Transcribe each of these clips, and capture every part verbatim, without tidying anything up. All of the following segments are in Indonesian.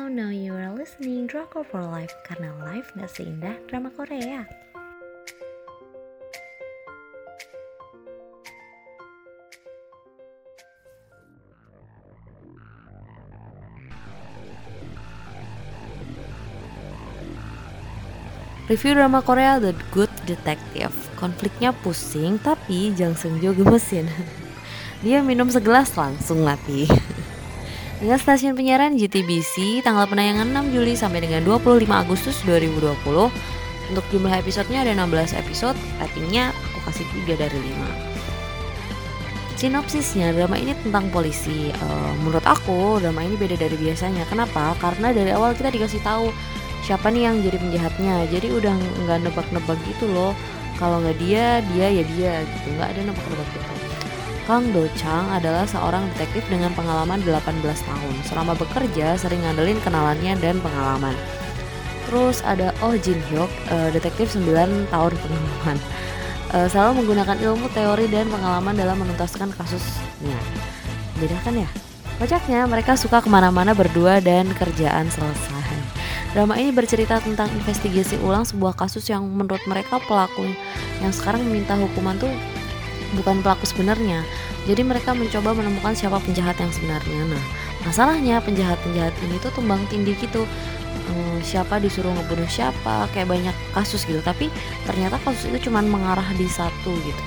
Now, now you are listening Drakor for Life karena life gak seindah drama Korea. Review drama Korea The Good Detective. Konfliknya pusing tapi Jang Seung Jo gemesin. Dia minum segelas langsung mati. Dengan stasiun penyiaran J T B C, tanggal penayangan enam Juli sampai dengan dua puluh lima Agustus dua ribu dua puluh. Untuk jumlah episodenya ada enam belas episode, ratingnya aku kasih tiga dari lima. Sinopsisnya, drama ini tentang polisi. Uh, menurut aku, drama ini beda dari biasanya. Kenapa? Karena dari awal kita dikasih tahu siapa nih yang jadi penjahatnya. Jadi udah nggak nebak-nebak gitu loh. Kalau nggak dia, dia ya dia gitu. Nggak ada nebak-nebak gitu. Kang Do Chang adalah seorang detektif dengan pengalaman delapan belas tahun. Selama bekerja sering ngandelin kenalannya dan pengalaman. Terus ada Oh Jin Hyuk, uh, detektif sembilan tahun pengalaman. Uh, selalu menggunakan ilmu, teori, dan pengalaman dalam menuntaskan kasusnya. Beda kan ya? Kocaknya mereka suka kemana-mana berdua dan kerjaan selesai. Drama ini bercerita tentang investigasi ulang sebuah kasus yang menurut mereka pelaku yang sekarang meminta hukuman tuh bukan pelaku sebenarnya. Jadi mereka mencoba menemukan siapa penjahat yang sebenarnya. Nah, masalahnya penjahat-penjahat ini tuh tumbang tindih gitu. Hmm, siapa disuruh ngebunuh siapa, kayak banyak kasus gitu. Tapi ternyata kasus itu cuma mengarah di satu gitu.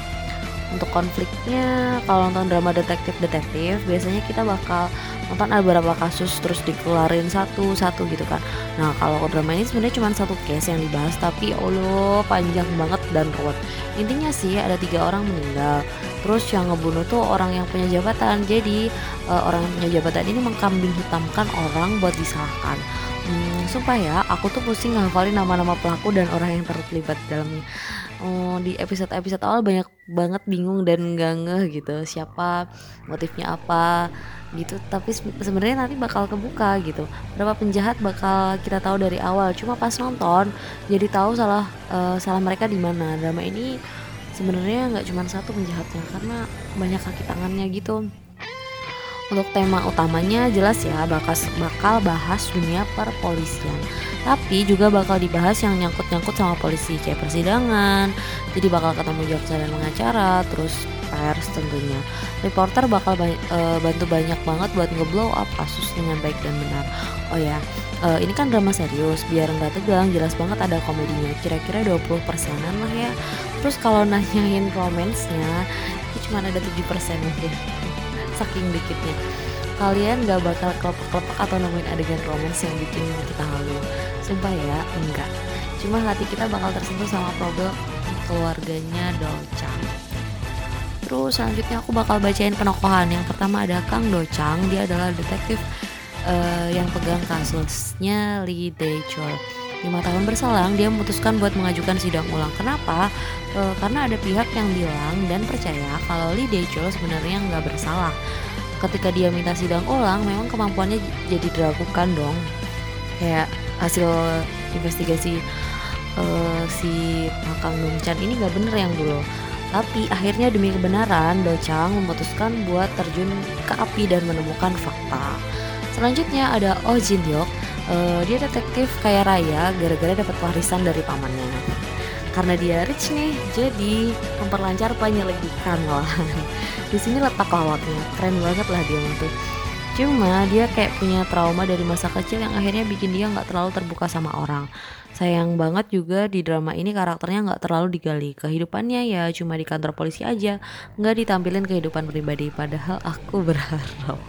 Untuk konfliknya, kalau nonton drama detektif-detektif, biasanya kita bakal nonton ada beberapa kasus terus dikelarin satu-satu gitu kan. Nah, kalau drama ini sebenarnya cuma satu case yang dibahas, tapi Allah panjang banget dan ruwet. Intinya sih ada tiga orang meninggal. Terus yang ngebunuh tuh orang yang punya jabatan. Jadi uh, orang yang punya jabatan ini mengkambing hitamkan orang buat disalahkan. Hmm, sumpah ya, aku tuh pusing ngafalin nama-nama pelaku dan orang yang terlibat dalamnya. Oh, di episode-episode awal banyak banget bingung dan nggak ngeh gitu siapa, motifnya apa gitu. Tapi sebenarnya nanti bakal kebuka gitu. Berapa penjahat bakal kita tahu dari awal. Cuma pas nonton jadi tahu salah uh, salah mereka di mana. Drama ini sebenarnya nggak cuma satu penjahatnya karena banyak kaki tangannya gitu. Untuk tema utamanya jelas ya bakal, bakal bahas dunia perpolisian. Tapi juga bakal dibahas yang nyangkut-nyangkut sama polisi kayak persidangan. Jadi bakal ketemu jaksa dan pengacara, terus pers tentunya. Reporter bakal ba- e, bantu banyak banget buat ngeblow up kasus dengan baik dan benar. Oh ya, e, ini kan drama serius, biar nggak tegang, jelas banget ada komedinya. Kira-kira dua puluh persenan lah ya. Terus kalau nanyain romance-nya, itu cuma ada tujuh persen aja. Saking dikitnya, kalian gak bakal kelepek-kelepek atau nemuin adegan romance yang bikin kita halu. Sumpah ya, enggak. Cuma hati kita bakal tersentuh sama problem keluarganya Do Chang. Terus selanjutnya aku bakal bacain penokohan. Yang pertama ada Kang Do Chang. Dia adalah detektif uh, yang pegang kasusnya Lee Dae Chol. lima tahun berselang, dia memutuskan buat mengajukan sidang ulang. Kenapa? E, karena ada pihak yang bilang dan percaya kalau Lee Dae Chol sebenarnya nggak bersalah. Ketika dia minta sidang ulang, memang kemampuannya j- jadi diragukan dong. Kayak hasil investigasi e, si Kang Dong Chan ini nggak bener yang dulu. Tapi akhirnya demi kebenaran, Do Chang memutuskan buat terjun ke api dan menemukan fakta. Selanjutnya ada Oh Jin Hyuk. Uh, dia detektif kaya raya gara-gara dapat warisan dari pamannya. Karena dia rich nih, jadi memperlancar penyelidikan malahan. Di sini letak lawaknya, keren banget lah dia tuh. Cuma dia kayak punya trauma dari masa kecil yang akhirnya bikin dia nggak terlalu terbuka sama orang. Sayang banget juga di drama ini karakternya nggak terlalu digali. Kehidupannya ya cuma di kantor polisi aja, nggak ditampilin kehidupan pribadi. Padahal aku berharap.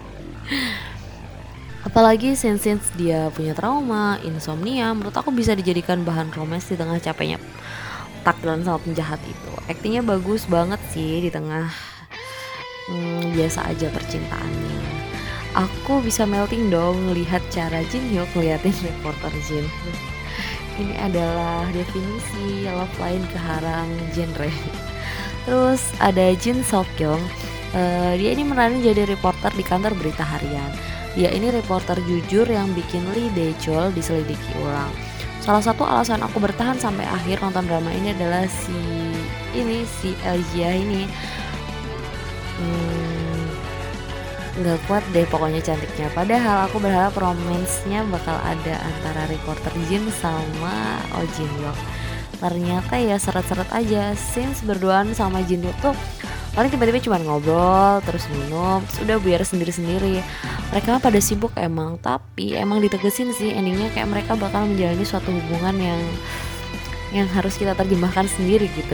Apalagi since dia punya trauma, insomnia, menurut aku bisa dijadikan bahan romance di tengah capeknya takdiran sama penjahat itu. Aktingnya bagus banget sih di tengah hmm, biasa aja percintaannya. Aku bisa melting dong lihat cara Jin Hyuk ngeliatin reporter Jin. Ini adalah definisi love line keharang genre. Terus ada Jin Sok Kyung. Uh, dia ini meranin jadi reporter di kantor berita harian. Dia ini reporter jujur yang bikin Lee Dae Chol diselidiki ulang. Salah satu alasan aku bertahan sampai akhir nonton drama ini adalah si ini si Eljia ini. Hmm, nggak kuat deh pokoknya cantiknya. Padahal aku berharap romance-nya bakal ada antara reporter Jin sama Oh Jin Young. Ternyata ya seret-seret aja, since berduaan sama Jin Young tuh paling tiba-tiba cuma ngobrol, terus minum, terus udah biar sendiri-sendiri. Mereka pada sibuk emang, tapi emang ditegesin sih endingnya kayak mereka bakal menjalani suatu hubungan yang yang harus kita terjemahkan sendiri gitu.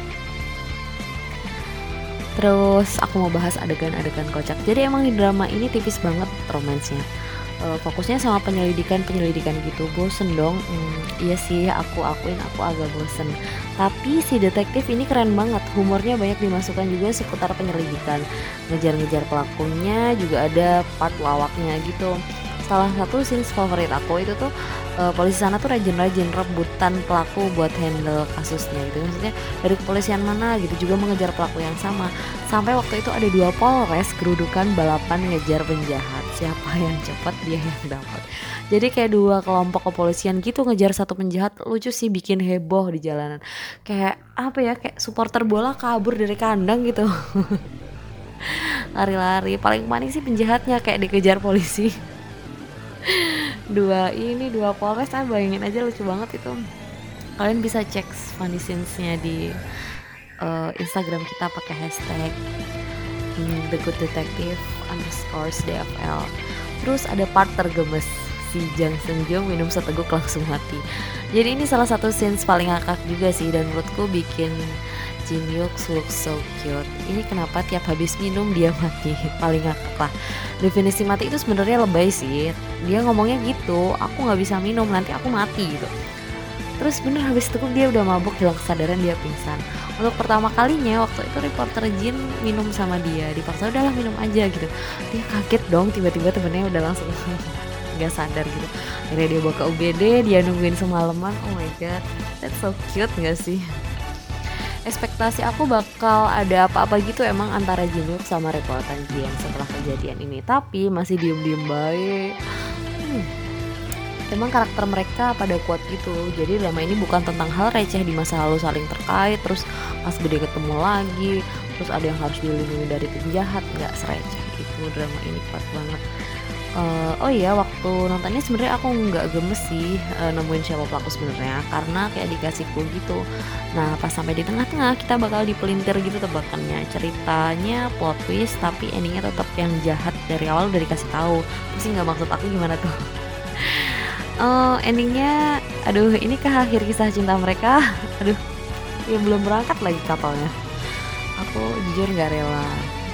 Terus aku mau bahas adegan-adegan kocak. Jadi emang di drama ini tipis banget romansnya. Uh, fokusnya sama penyelidikan-penyelidikan gitu. Bosen dong. Hmm, iya sih, aku akuin aku agak bosen. Tapi si detektif ini keren banget. Humornya banyak dimasukkan juga seputar penyelidikan. Ngejar-ngejar pelakunya juga ada part lawaknya gitu. Salah satu scene favorit aku itu tuh uh, polisi sana tuh rajin-rajin rebutan pelaku buat handle kasusnya gitu. Maksudnya dari kepolisian mana gitu juga mengejar pelaku yang sama. Sampai waktu itu ada dua polres kerudukan balapan ngejar penjahat. Siapa yang cepat dia yang dapat. Jadi kayak dua kelompok kepolisian gitu ngejar satu penjahat. Lucu sih, bikin heboh di jalanan. Kayak apa ya, kayak supporter bola kabur dari kandang gitu. Lari-lari. Paling panik sih penjahatnya kayak dikejar polisi. Dua ini dua polres, ah bayangin aja, lucu banget itu. Kalian bisa cek funny scenes-nya di uh, Instagram kita pakai hashtag hmm, The Good Detective underscores D F L. Terus ada part tergemes, si Jang Seung Joong minum seteguk langsung mati. Jadi ini salah satu scenes paling ngakak juga sih, dan menurutku bikin Jin Hyuk look so cute. Ini kenapa tiap habis minum dia mati? Paling ngakak lah. Definisi mati itu sebenarnya lebay sih. Dia ngomongnya gitu, aku nggak bisa minum nanti aku mati gitu. Terus bener habis itu dia udah mabuk, hilang kesadaran, dia pingsan. Untuk pertama kalinya waktu itu reporter Jin minum sama dia, dipaksa udahlah minum aja gitu. Dia kaget dong, tiba-tiba temennya udah langsung nggak sadar gitu. Akhirnya dia bawa ke U G D, dia nungguin semalaman. Oh my god, that's so cute nggak sih? Ekspektasi aku bakal ada apa-apa gitu emang antara Jinwook sama reporter Jin setelah kejadian ini, tapi masih diem-diem baik. Hmm. Emang karakter mereka pada kuat gitu. Jadi drama ini bukan tentang hal receh di masa lalu saling terkait, terus pas gede ketemu lagi, terus ada yang harus dilindungi dari penjahat. Nggak sereceh itu, drama ini kuat banget. Uh, oh iya, waktu nontonnya sebenarnya aku nggak gemes sih uh, nemuin siapa pelaku sebenarnya, karena kayak dikasih clue gitu. Nah pas sampai di tengah-tengah kita bakal dipelintir gitu tebakannya, ceritanya plot twist tapi endingnya tetap yang jahat dari awal udah dikasih tahu. Pasti nggak maksud aku gimana tuh? uh, endingnya, aduh ini kah akhir kisah cinta mereka? Aduh, ya belum berangkat lagi kapalnya. Aku jujur nggak rela.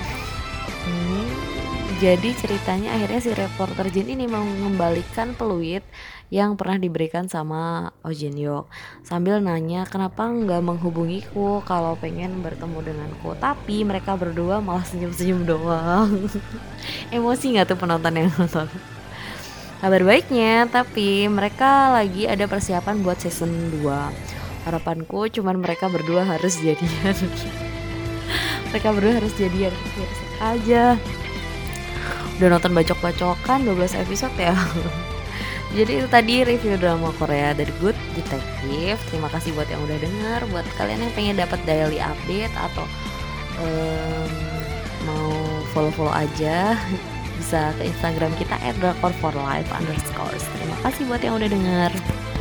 Hmm. Jadi ceritanya akhirnya si reporter Jin ini mau mengembalikan peluit yang pernah diberikan sama Oh Jin Young, sambil nanya kenapa nggak menghubungiku kalau pengen bertemu denganku. Tapi mereka berdua malah senyum-senyum doang. Emosi nggak tuh penonton yang nonton? Kabar baiknya, tapi mereka lagi ada persiapan buat season dua. Harapanku cuman mereka berdua harus jadian. Mereka berdua harus jadian biar aja. Udah nonton bacok-bacokan dua belas episode ya. Jadi itu tadi review drama Korea dari Good Detective. Terima kasih buat yang udah denger. Buat kalian yang pengen dapat daily update atau um, mau follow-follow aja, bisa ke Instagram kita at drakor for life underscore. Terima kasih buat yang udah denger.